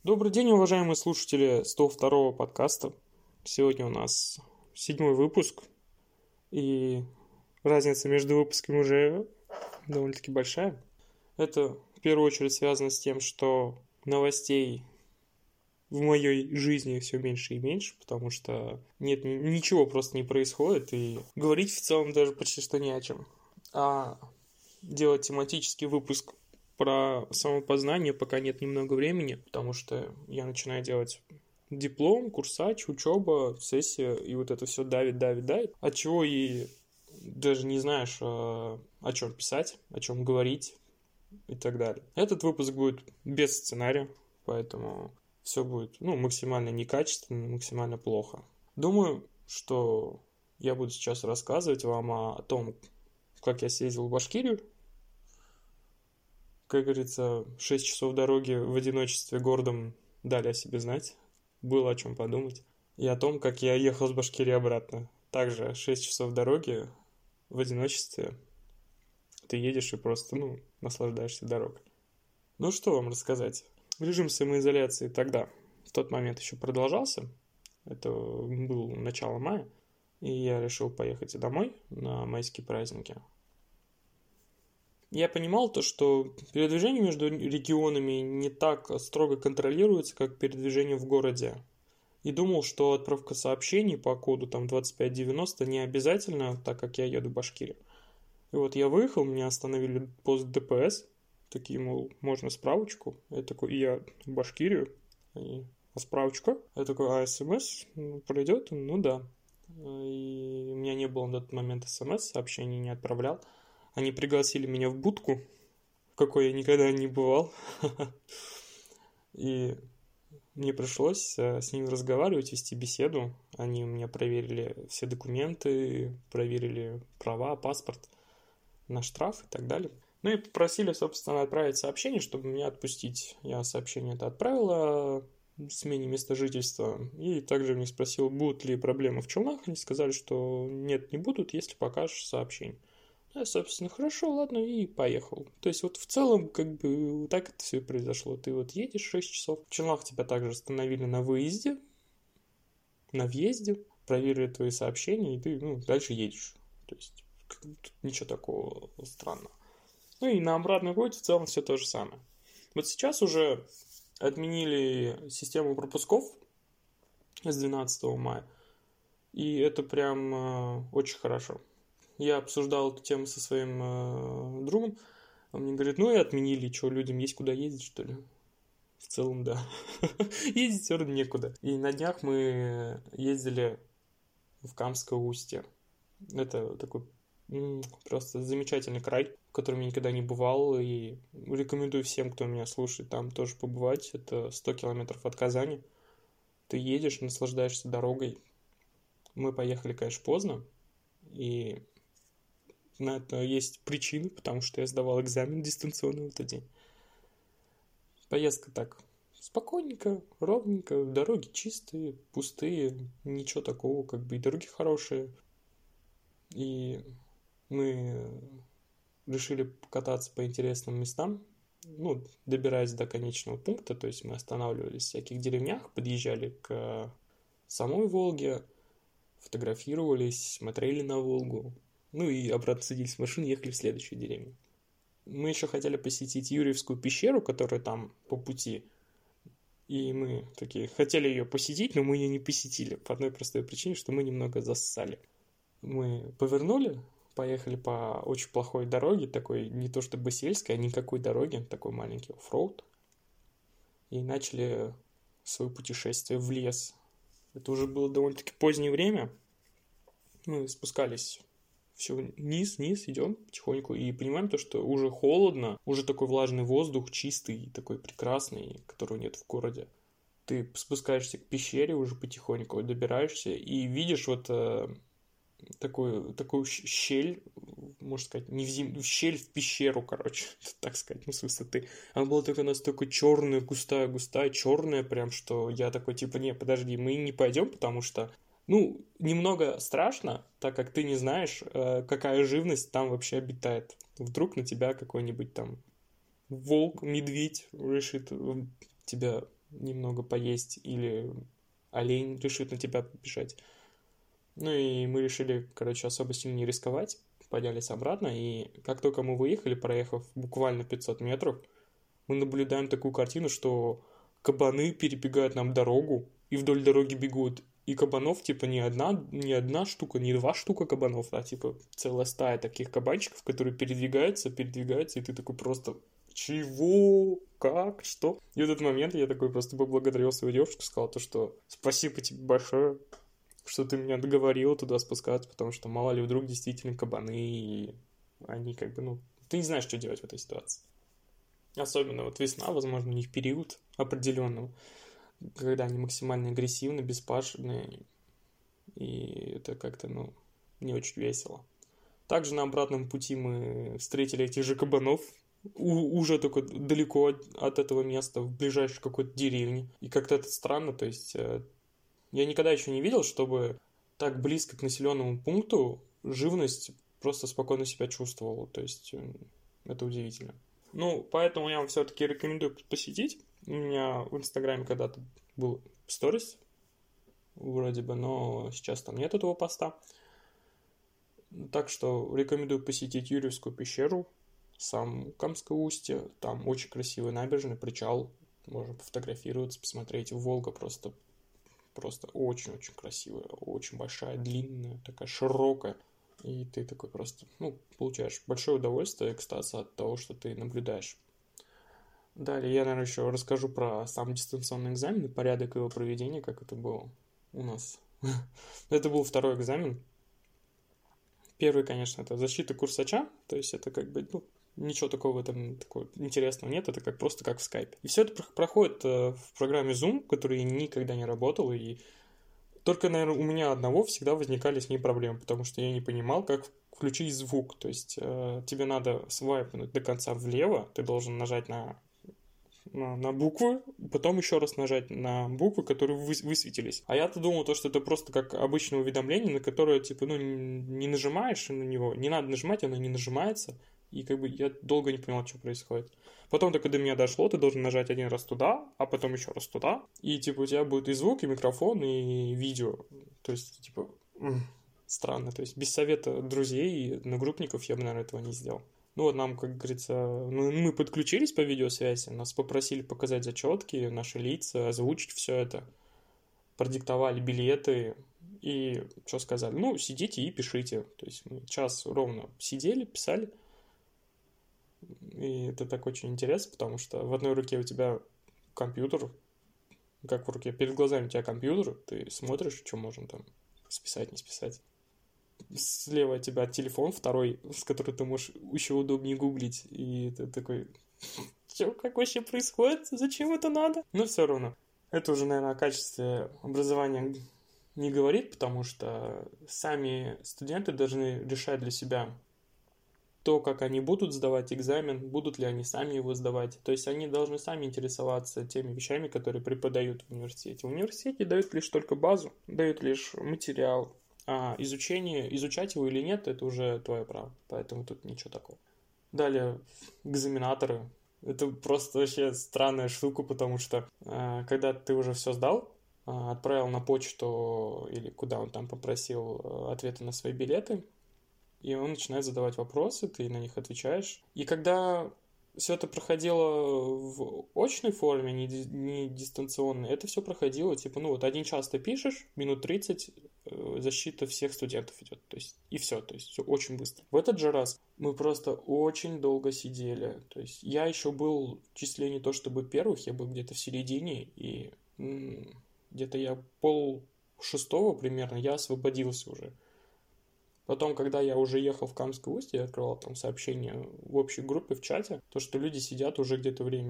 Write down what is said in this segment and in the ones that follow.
Добрый день, уважаемые слушатели 102-го подкаста. Сегодня у нас 7-й выпуск, и разница между выпусками уже довольно-таки большая. Это в первую очередь связано с тем, что новостей в моей жизни все меньше и меньше, потому что ничего просто не происходит, и говорить в целом даже почти что не о чем. А делать тематический выпуск про самопознание пока нет немного времени, потому что я начинаю делать диплом, курсач, учеба, сессия, и вот это все давит, от чего и даже не знаешь, о чем писать, о чем говорить и так далее. Этот выпуск будет без сценария, поэтому все будет максимально некачественно, максимально плохо. Думаю, что я буду сейчас рассказывать вам о том, как я съездил в Башкирию. Как говорится, 6 часов дороги в одиночестве городом дали о себе знать. Было о чем подумать. И о том, как я ехал с Башкирии обратно. Также 6 часов дороги в одиночестве. Ты едешь и просто, наслаждаешься дорогой. Ну, что вам рассказать? Режим самоизоляции тогда, в тот момент еще продолжался. Это было начало мая. И я решил поехать домой на майские праздники. Я понимал то, что передвижение между регионами не так строго контролируется, как передвижение в городе. И думал, что отправка сообщений по коду 2590 не обязательно, так как я еду в Башкирию. И вот я выехал, меня остановили пост ДПС. Такие, мол, можно справочку? Я такой, я в Башкирию. А справочка? Я такой, а СМС пройдет? Ну да. И у меня не было на тот момент СМС, сообщений не отправлял. Они пригласили меня в будку, в какой я никогда не бывал. И мне пришлось с ними разговаривать, вести беседу. Они у меня проверили все документы, проверили права, паспорт на штраф и так далее. Ну и попросили, собственно, отправить сообщение, чтобы меня отпустить. Я сообщение это отправил о смене места жительства. И также мне спросил, будут ли проблемы в Челнах. Они сказали, что нет, не будут, если покажешь сообщение. Я, собственно, хорошо, ладно, и поехал. То есть вот в целом, вот так это все произошло. Ты вот едешь 6 часов, в Челнах тебя также остановили на выезде, на въезде, проверили твои сообщения, и ты, дальше едешь. То есть тут ничего такого странного. Ну и на обратный путь в целом все то же самое. Вот сейчас уже отменили систему пропусков с 12 мая, и это прям очень хорошо. Я обсуждал эту тему со своим другом. Он мне говорит, и отменили, что, людям есть куда ездить, что ли? В целом, да. Ездить все равно некуда. И на днях мы ездили в Камское устье. Это такой просто замечательный край, в котором я никогда не бывал. И рекомендую всем, кто меня слушает, там тоже побывать. Это 100 километров от Казани. Ты едешь, наслаждаешься дорогой. Мы поехали, конечно, поздно. И на это есть причины, потому что я сдавал экзамен дистанционно в этот день. Поездка так спокойненько, ровненько, дороги чистые, пустые, ничего такого, и дороги хорошие. И мы решили покататься по интересным местам, добираясь до конечного пункта, то есть мы останавливались в всяких деревнях, подъезжали к самой Волге, фотографировались, смотрели на Волгу. И обратно садились в машину и ехали в следующую деревню. Мы еще хотели посетить Юрьевскую пещеру, которая там по пути. И мы такие хотели ее посетить, но мы ее не посетили. По одной простой причине, что мы немного зассали. Мы повернули, поехали по очень плохой дороге, такой не то чтобы сельской, а никакой дороги, такой маленький оффроуд. И начали свое путешествие в лес. Это уже было довольно-таки позднее время. Мы спускались все вниз, идем потихоньку и понимаем то, что уже холодно, уже такой влажный воздух, чистый, такой прекрасный, которого нет в городе. Ты спускаешься к пещере уже потихоньку, добираешься и видишь такую щель, можно сказать, не в землю, щель в пещеру, так сказать, с высоты. Она была такая настолько черная, густая, черная прям, что я такой, не, подожди, мы не пойдем, потому что немного страшно, так как ты не знаешь, какая живность там вообще обитает. Вдруг на тебя какой-нибудь там волк, медведь решит тебя немного поесть, или олень решит на тебя побежать. Ну и мы решили, короче, особо сильно не рисковать, поднялись обратно, и как только мы выехали, проехав буквально 500 метров, мы наблюдаем такую картину, что кабаны перебегают нам дорогу, и вдоль дороги бегут. И кабанов, типа, не одна штука, не два штука кабанов, а, типа, целая стая таких кабанчиков, которые передвигаются, и ты такой просто, чего? Как? Что? И в этот момент я такой просто поблагодарил свою девушку, сказал то, что спасибо тебе большое, что ты меня договорил туда спускаться, потому что мало ли вдруг действительно кабаны, и они как бы, ну, ты не знаешь, что делать в этой ситуации. Особенно вот весна, возможно, у них период определенного, когда они максимально агрессивны, беспашенные, и это как-то, ну, не очень весело. Также на обратном пути мы встретили этих же кабанов, уже только далеко от этого места, в ближайшей какой-то деревне. И как-то это странно, то есть я никогда еще не видел, чтобы так близко к населенному пункту живность просто спокойно себя чувствовала, то есть это удивительно. Ну, поэтому я вам все-таки рекомендую посетить. У меня в Инстаграме когда-то был сторис, вроде бы, но сейчас там нет этого поста. Так что рекомендую посетить Юрьевскую пещеру, сам Камское устье. Там очень красивый набережный, причал. Можно пофотографироваться, посмотреть. Волга просто очень-очень красивая, очень большая, длинная, такая широкая. И ты такой просто, ну, получаешь большое удовольствие, экстаз от того, что ты наблюдаешь. Далее я, наверное, еще расскажу про сам дистанционный экзамен и порядок его проведения, как это было у нас. Это был второй экзамен. Первый, конечно, это защита курсача, то есть это как бы, ну, ничего такого в этом такого интересного нет, это как просто как в скайпе. И все это проходит в программе Zoom, в которой я никогда не работал, и только, наверное, у меня одного всегда возникали с ней проблемы, потому что я не понимал, как включить звук. То есть тебе надо свайпнуть до конца влево, ты должен нажать на буквы, потом еще раз нажать на буквы, которые высветились. А я-то думал, что это просто как обычное уведомление, на которое, типа, ну, не нажимаешь на него, не надо нажимать, оно не нажимается. И как бы я долго не понимал, что происходит. Потом только до меня дошло, ты должен нажать один раз туда, а потом еще раз туда. И типа у тебя будет и звук, и микрофон, и видео. То есть, типа, странно. То есть без совета друзей и одногруппников я бы, наверное, этого не сделал. Ну вот нам, как говорится, мы подключились по видеосвязи, нас попросили показать зачетки, наши лица, озвучить все это. Продиктовали билеты и что сказали? Ну, сидите и пишите. То есть мы час ровно сидели, писали. И это так очень интересно, потому что в одной руке у тебя компьютер, как в руке, перед глазами у тебя компьютер, ты смотришь, что можно там списать, не списать. Слева от тебя телефон второй, с которым ты можешь еще удобнее гуглить, и ты такой, что, как вообще происходит, зачем это надо? Но все равно. Это уже, наверное, о качестве образования не говорит, потому что сами студенты должны решать для себя то, как они будут сдавать экзамен, будут ли они сами его сдавать. То есть они должны сами интересоваться теми вещами, которые преподают в университете. В университете дают лишь только базу, дают лишь материал, а изучать его или нет, это уже твое право. Поэтому тут ничего такого. Далее, экзаменаторы. Это просто вообще странная штука, потому что когда ты уже все сдал, отправил на почту или куда он там попросил ответы на свои билеты, и он начинает задавать вопросы, ты на них отвечаешь. И когда все это проходило в очной форме, не дистанционной, это все проходило, типа, ну вот 1 час ты пишешь, минут 30 защита всех студентов идет, то есть, и все, то есть, все очень быстро. В этот же раз мы просто очень долго сидели, то есть, я еще был в числе не то чтобы первых, я был где-то в середине, и где-то я 5:30 примерно, я освободился уже. Потом, когда я уже ехал в Камское устье, я открывал там сообщения в общей группе, в чате, то, что люди сидят уже где-то время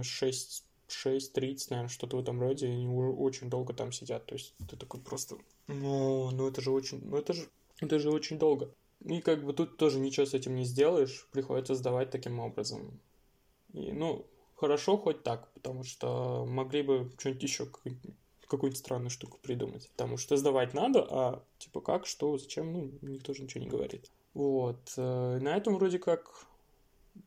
6:30, наверное, что-то в этом роде, и они уже очень долго там сидят. То есть ты такой просто, это же очень долго. И как бы тут тоже ничего с этим не сделаешь, приходится сдавать таким образом. И, хорошо хоть так, потому что могли бы что-нибудь еще какую-нибудь странную штуку придумать. Потому что сдавать надо, а типа как, что, зачем, никто же ничего не говорит. Вот. На этом вроде как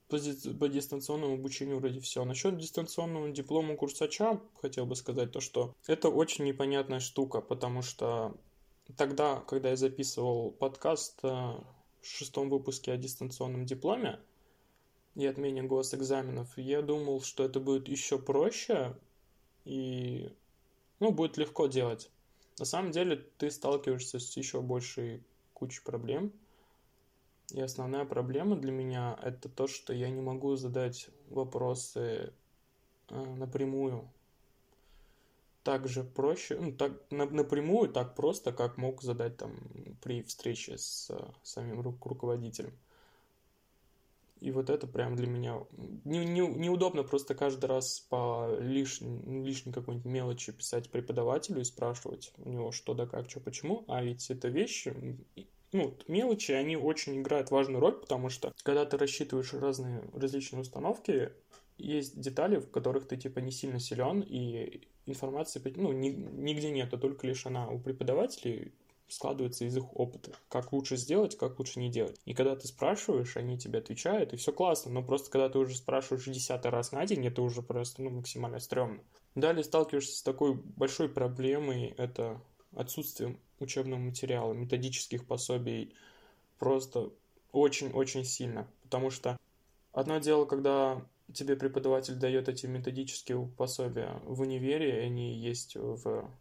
по дистанционному обучению вроде все. Насчет дистанционного диплома курсача хотел бы сказать то, что это очень непонятная штука, потому что тогда, когда я записывал подкаст в 6-м выпуске о дистанционном дипломе и отмене госэкзаменов, я думал, что это будет еще проще и, будет легко делать. На самом деле ты сталкиваешься с еще большей кучей проблем. И основная проблема для меня это то, что я не могу задать вопросы напрямую. Так же проще, напрямую, так просто, как мог задать там при встрече с самим руководителем. И вот это прям для меня неудобно просто каждый раз по лишней какой-нибудь мелочи писать преподавателю и спрашивать у него что да как, что почему. А ведь это вещи, мелочи, они очень играют важную роль, потому что когда ты рассчитываешь различные установки, есть детали, в которых ты типа не сильно силен, и информации нигде нет, а только лишь она у преподавателей складывается из их опыта. Как лучше сделать, как лучше не делать. И когда ты спрашиваешь, они тебе отвечают, и все классно. Но просто когда ты уже спрашиваешь 10-й раз на день, это уже просто максимально стрёмно. Далее сталкиваешься с такой большой проблемой, это отсутствием учебного материала, методических пособий просто очень-очень сильно. Потому что одно дело, когда тебе преподаватель дает эти методические пособия в универе, они есть в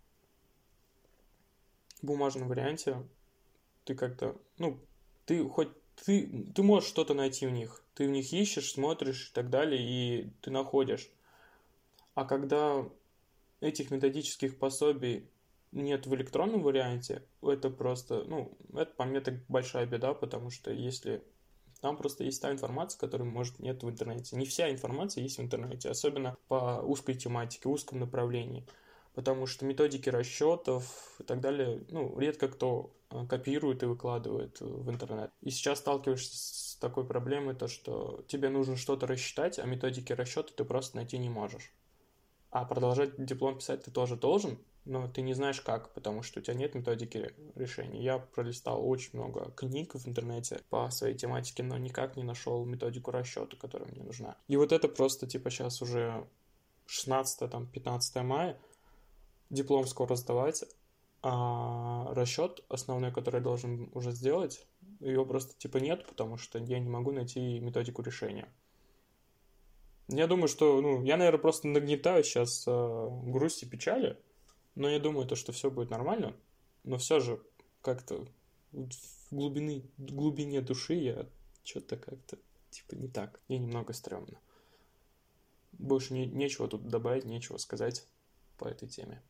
бумажном варианте, ты как-то, ты можешь что-то найти в них. Ты в них ищешь, смотришь и так далее, и ты находишь. А когда этих методических пособий нет в электронном варианте, это просто, это по мне так большая беда, потому что если там просто есть та информация, которой, может, нет в интернете. Не вся информация есть в интернете, особенно по узкой тематике, узком направлении. Потому что методики расчетов и так далее, редко кто копирует и выкладывает в интернет. И сейчас сталкиваешься с такой проблемой, то что тебе нужно что-то рассчитать, а методики расчета ты просто найти не можешь. А продолжать диплом писать ты тоже должен, но ты не знаешь как, потому что у тебя нет методики решения. Я пролистал очень много книг в интернете по своей тематике, но никак не нашел методику расчета, которая мне нужна. И вот это просто сейчас уже 16-15 мая, диплом скоро сдавать, а расчет основной, который я должен уже сделать, его просто нет, потому что я не могу найти методику решения. Я думаю, что, я, наверное, просто нагнетаю сейчас грусть и печали, но я думаю, что все будет нормально, но все же как-то в глубине души я что-то как-то не так. Мне немного стрёмно. Больше нечего тут добавить, нечего сказать по этой теме.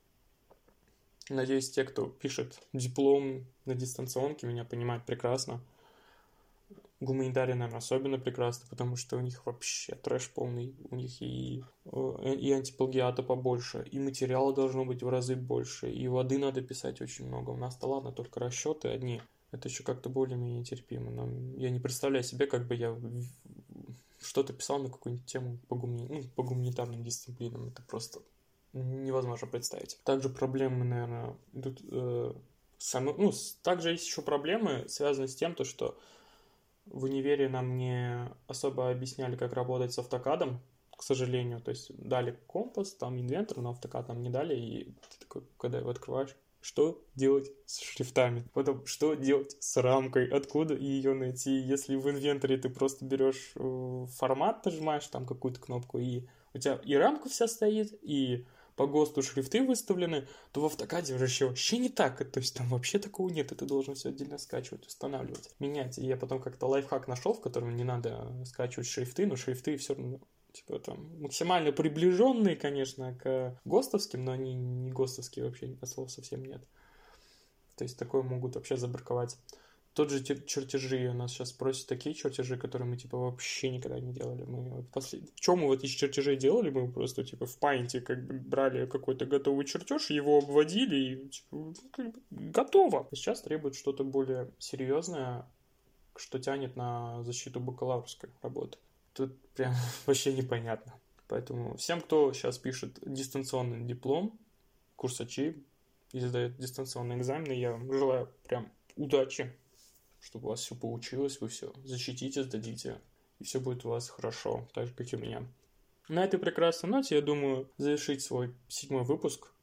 Надеюсь, те, кто пишет диплом на дистанционке, меня понимают прекрасно. Гуманитарии, наверное, особенно прекрасно, потому что у них вообще трэш полный. У них и антиплагиата побольше, и материала должно быть в разы больше, и воды надо писать очень много. У нас-то ладно, только расчеты одни. Это еще как-то более-менее терпимо. Но я не представляю себе, как бы я что-то писал на какую-нибудь тему по гуманитарным дисциплинам. Это просто невозможно представить. Также проблемы, наверное, идут... также есть еще проблемы, связанные с тем, что в универе нам не особо объясняли, как работать с автокадом, к сожалению. То есть дали компас, там инвентор, но автокад нам не дали. И ты такой, когда его открываешь, что делать с шрифтами? Потом, что делать с рамкой? Откуда ее найти? Если в инвенторе ты просто берешь формат, нажимаешь там какую-то кнопку, и у тебя и рамка вся стоит, и по ГОСТу шрифты выставлены, то в автокаде уже вообще не так. То есть там вообще такого нет, и ты должен все отдельно скачивать, устанавливать, менять. И я потом как-то лайфхак нашел, в котором не надо скачивать шрифты, но шрифты все равно максимально приближенные, конечно, к ГОСТовским, но они не ГОСТовские вообще, от слова совсем нет. То есть такое могут вообще забраковать. Тот же чертежи, у нас сейчас просят такие чертежи, которые мы вообще никогда не делали. Что мы из чертежей делали? Мы просто в Paint брали какой-то готовый чертеж, его обводили и готово. Сейчас требует что-то более серьезное, что тянет на защиту бакалаврской работы. Тут прям вообще непонятно. Поэтому всем, кто сейчас пишет дистанционный диплом, курсачи и сдает дистанционные экзамены, я вам желаю прям удачи, чтобы у вас все получилось, вы все защитите, сдадите и все будет у вас хорошо, так же, как и у меня. На этой прекрасной ноте, я думаю, завершить свой 7-й выпуск.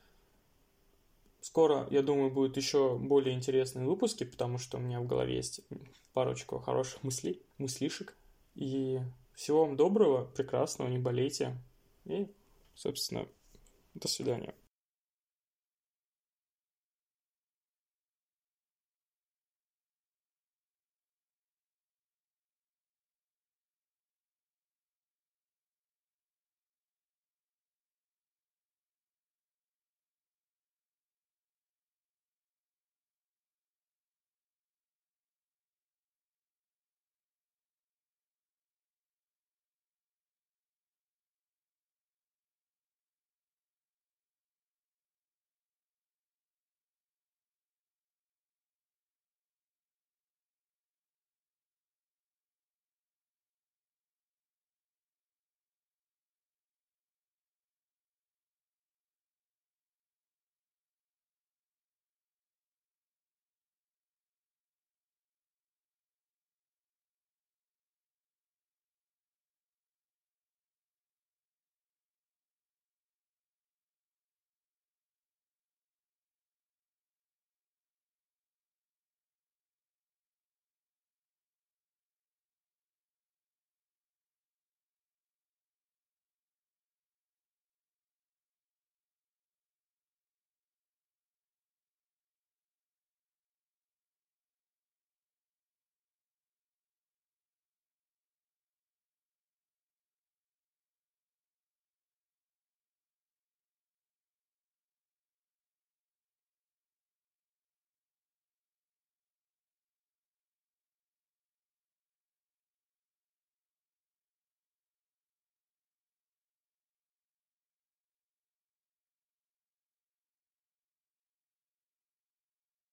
Скоро, я думаю, будут еще более интересные выпуски, потому что у меня в голове есть парочку хороших мыслишек. И всего вам доброго, прекрасного, не болейте. И, собственно, до свидания.